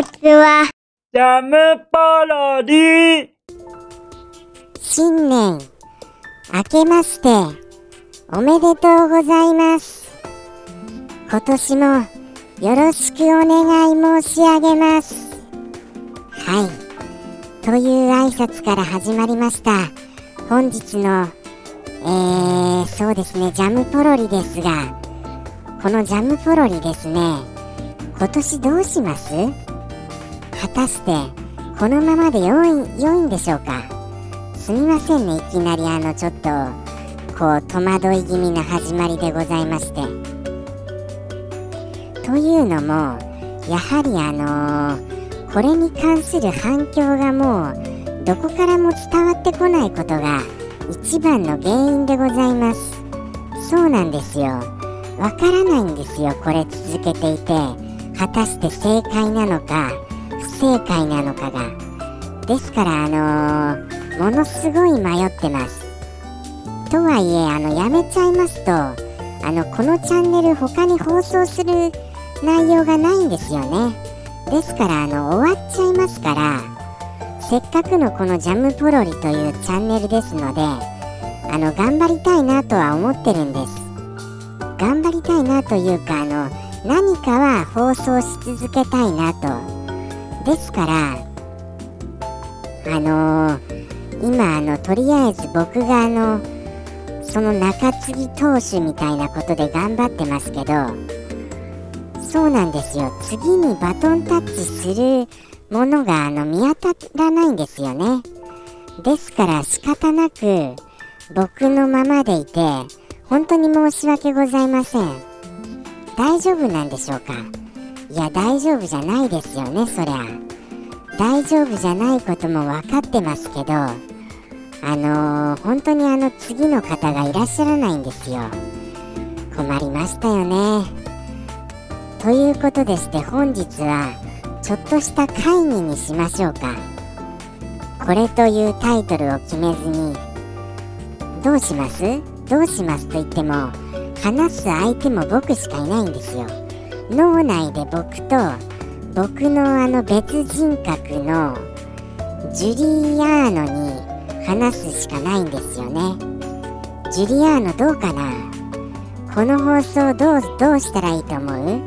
ちは。 ジャムパロディ。 新年明けましておめでとうございます。今年もよろしくお願い申し上げます。はい、という挨拶から始まりました本日のそうですね、ジャムポロリですが、このジャムポロリですね、今年どうします？果たしてこのままで良いんでしょうか？すみませんね、いきなりちょっと戸惑い気味な始まりでございまして。というのもやはりこれに関する反響がもうどこからも伝わってこないことが一番の原因でございます。そうなんですよ、わからないんですよ、これ続けていて果たして正解なのか不正解なのかが。ですからものすごい迷ってます。とはいえやめちゃいますとこのチャンネル他に放送する内容がないんですよね。ですから終わっちゃいますから、せっかくのこのジャムポロリというチャンネルですので頑張りたいなとは思ってるんです。頑張りたいなというか何かは放送し続けたいなと。ですから今とりあえず僕がその中継ぎ投手みたいなことで頑張ってますけど、そうなんですよ、次にバトンタッチするものが見当たらないんですよね。ですから仕方なく僕のままでいて本当に申し訳ございません。大丈夫なんでしょうか？いや、大丈夫じゃないですよね。そりゃ大丈夫じゃないことも分かってますけど、本当に次の方がいらっしゃらないんですよ。困りましたよね。ということでして、本日はちょっとした会議にしましょうか。これというタイトルを決めずにどうしますと言っても話す相手も僕しかいないんですよ。脳内で僕と僕の別人格のジュリアーノに話すしかないんですよね。ジュリアーノどうかな？この放送どうしたらいいと思う？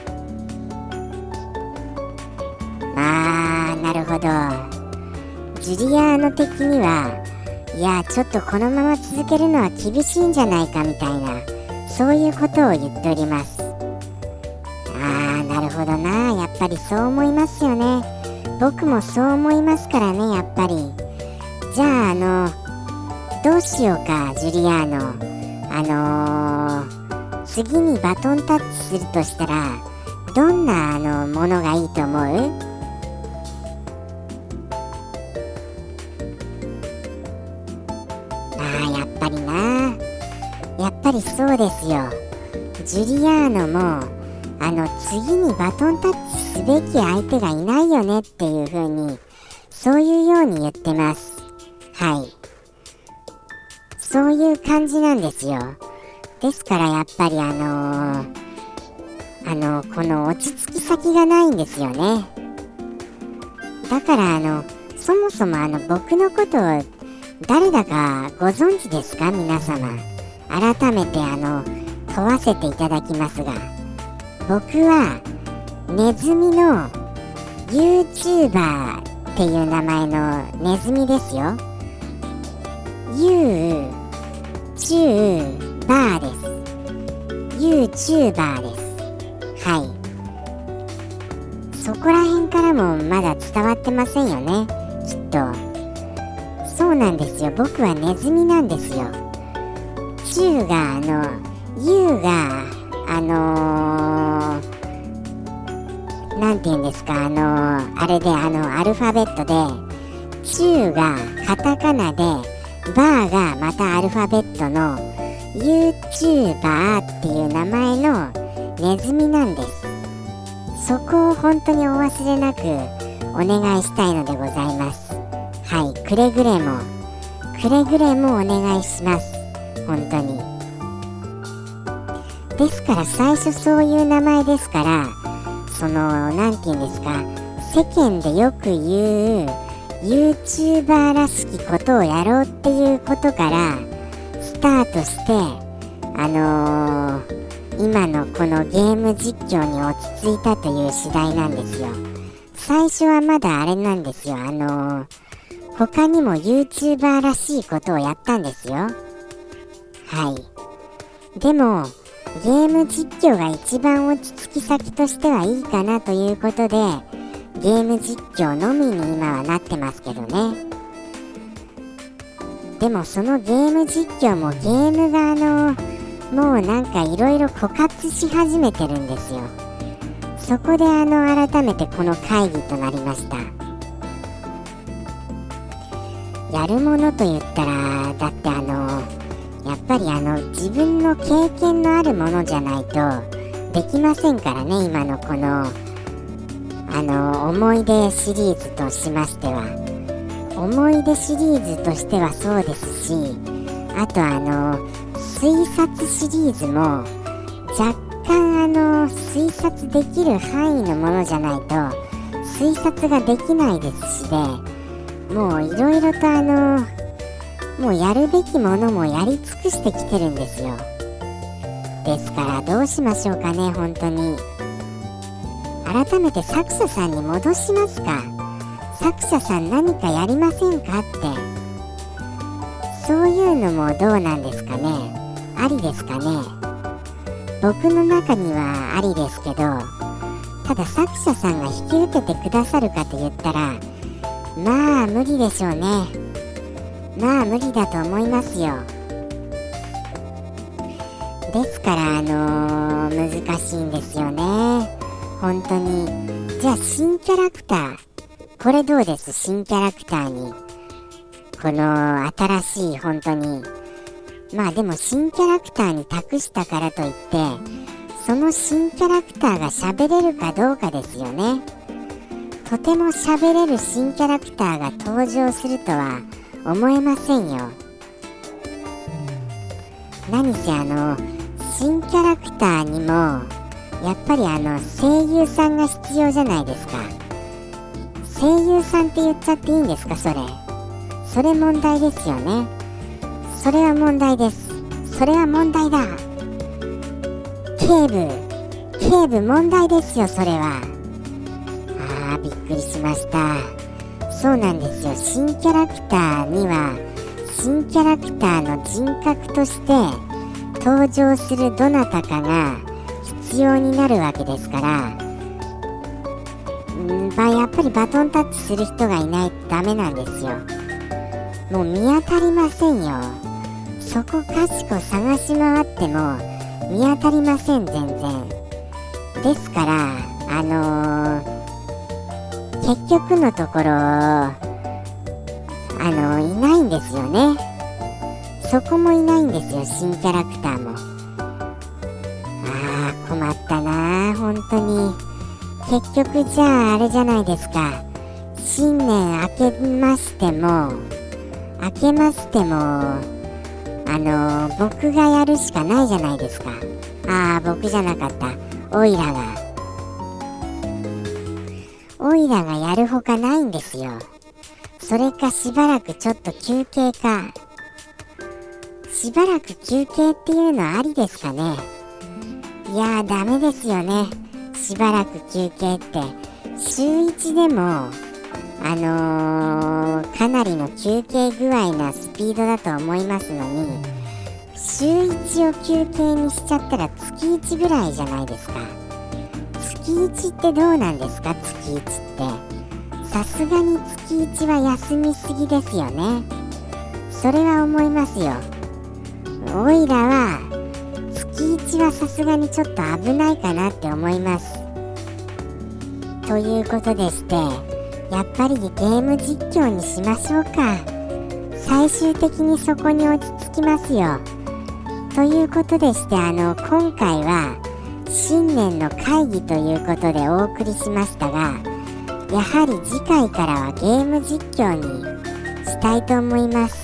なるほど。ジュリアーノ的にはいや、ちょっとこのまま続けるのは厳しいんじゃないかみたいな、そういうことを言っております。なるほどな、やっぱりそう思いますよね。僕もそう思いますからね、やっぱり。じゃあどうしようか、ジュリアーノ。次にバトンタッチするとしたらどんなものがいいと思う？やっぱりそうですよ。ジュリアーノも次にバトンタッチすべき相手がいないよねっていう風に、そういうように言ってます。はい、そういう感じなんですよ。ですからやっぱりこの落ち着き先がないんですよね。だからそもそも僕のことを誰だかご存知ですか？皆様改めて問わせていただきますが、僕はネズミの YouTuber っていう名前のネズミですよ。 YouTuber です。 YouTuber です。はい、そこら辺からもまだ伝わってませんよね、きっと。そうなんですよ、僕はネズミなんですよ。中がU がなんて言うんですか、あれでアルファベットで、中がカタカナで、バーがまたアルファベットの YouTuber っていう名前のネズミなんです。そこを本当にお忘れなくお願いしたいのでございます。はい、くれぐれもお願いします、本当に。ですから最初そういう名前ですから、なんて言うんですか、 世間でよく言う YouTuber らしきことをやろうっていうことからスタートして、今のこのゲーム実況に落ち着いたという次第なんですよ。最初はまだあれなんですよ。他にも YouTuber らしいことをやったんですよ。はい。でもゲーム実況が一番落ち着き先としてはいいかなということで、ゲーム実況のみに今はなってますけどね。でもそのゲーム実況もゲームがもうなんかいろいろ枯渇し始めてるんですよ。そこで改めてこの会議となりました。やるものと言ったら、だってやっぱり自分の経験のあるものじゃないとできませんからね。今のこの思い出シリーズとしましては、思い出シリーズとしてはそうですし、あと推察シリーズも若干推察できる範囲のものじゃないと推察ができないですしで、もういろいろともうやるべきものもやり尽くしてきてるんですよ。ですからどうしましょうかね。本当に改めて作者さんに戻しますか。作者さん何かやりませんかって、そういうのもどうなんですかね。ありですかね。僕の中にはありですけど、ただ作者さんが引き受けてくださるかと言ったら、まあ無理でしょうね。まあ無理だと思いますよ。ですから難しいんですよね。本当に。じゃあ新キャラクター、これどうです？新キャラクターにこの新しい、本当にまあでも新キャラクターに託したからといってその新キャラクターが喋れるかどうかですよね。とても喋れる新キャラクターが登場するとは思えませんよ。何せ新キャラクターにもやっぱり声優さんが必要じゃないですか。声優さんって言っちゃっていいんですか？それ問題ですよね。それは問題です。それは問題だ。警部問題ですよ。それはびっくりしました。そうなんですよ。新キャラクターには新キャラクターの人格として登場するどなたかが必要になるわけですから、やっぱりバトンタッチする人がいないとダメなんですよ。もう見当たりませんよ。そこかしこ探し回っても見当たりません、全然。ですから結局のところいないんですよね。そこもいないんですよ、新キャラクターも。困ったな、本当に。結局じゃああれじゃないですか。新年明けましても僕がやるしかないじゃないですか。僕じゃなかった。オイラがやるほかないんですよ。それかしばらくちょっと休憩か。しばらく休憩っていうのはありですかね。いやダメですよね。しばらく休憩って週1でもかなりの休憩具合なスピードだと思いますのに、週1を休憩にしちゃったら月1ぐらいじゃないですか。月1ってどうなんですか？月1ってさすがに月1は休みすぎですよね。それは思いますよ。おいらは月1はさすがにちょっと危ないかなって思います。ということでして、やっぱりゲーム実況にしましょうか。最終的にそこに落ち着きますよ。ということでして、今回は新年の会議ということでお送りしましたが、やはり次回からはゲーム実況にしたいと思います。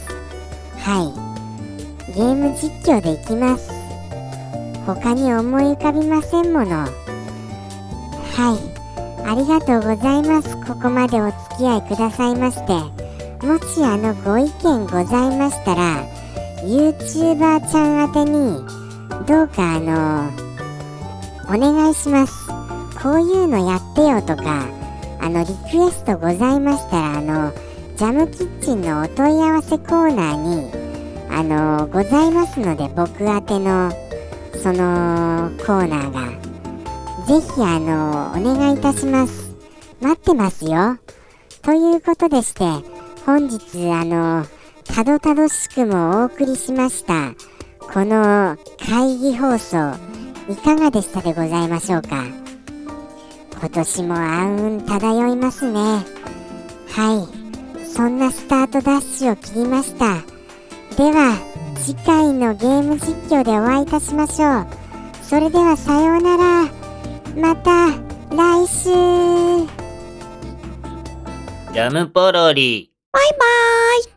ゲーム実況でいきます。他に思い浮かびませんもの。 ありがとうございます。ここまでお付き合いくださいまして。もしご意見ございましたら YouTuber ちゃん宛てにどうかお願いします。こういうのやってよとかリクエストございましたらジャムキッチンのお問い合わせコーナーにございますので、僕宛てのそのコーナーがぜひお願いいたします。待ってますよ。ということでして、本日たどたどしくもお送りしましたこの会議放送、いかがでしたでございましょうか。今年も暗雲漂いますね。はい、そんなスタートダッシュを切りました。では次回のゲーム実況でお会いいたしましょう。それではさようなら。また来週。 ジャムポロリ。 バイバーイ。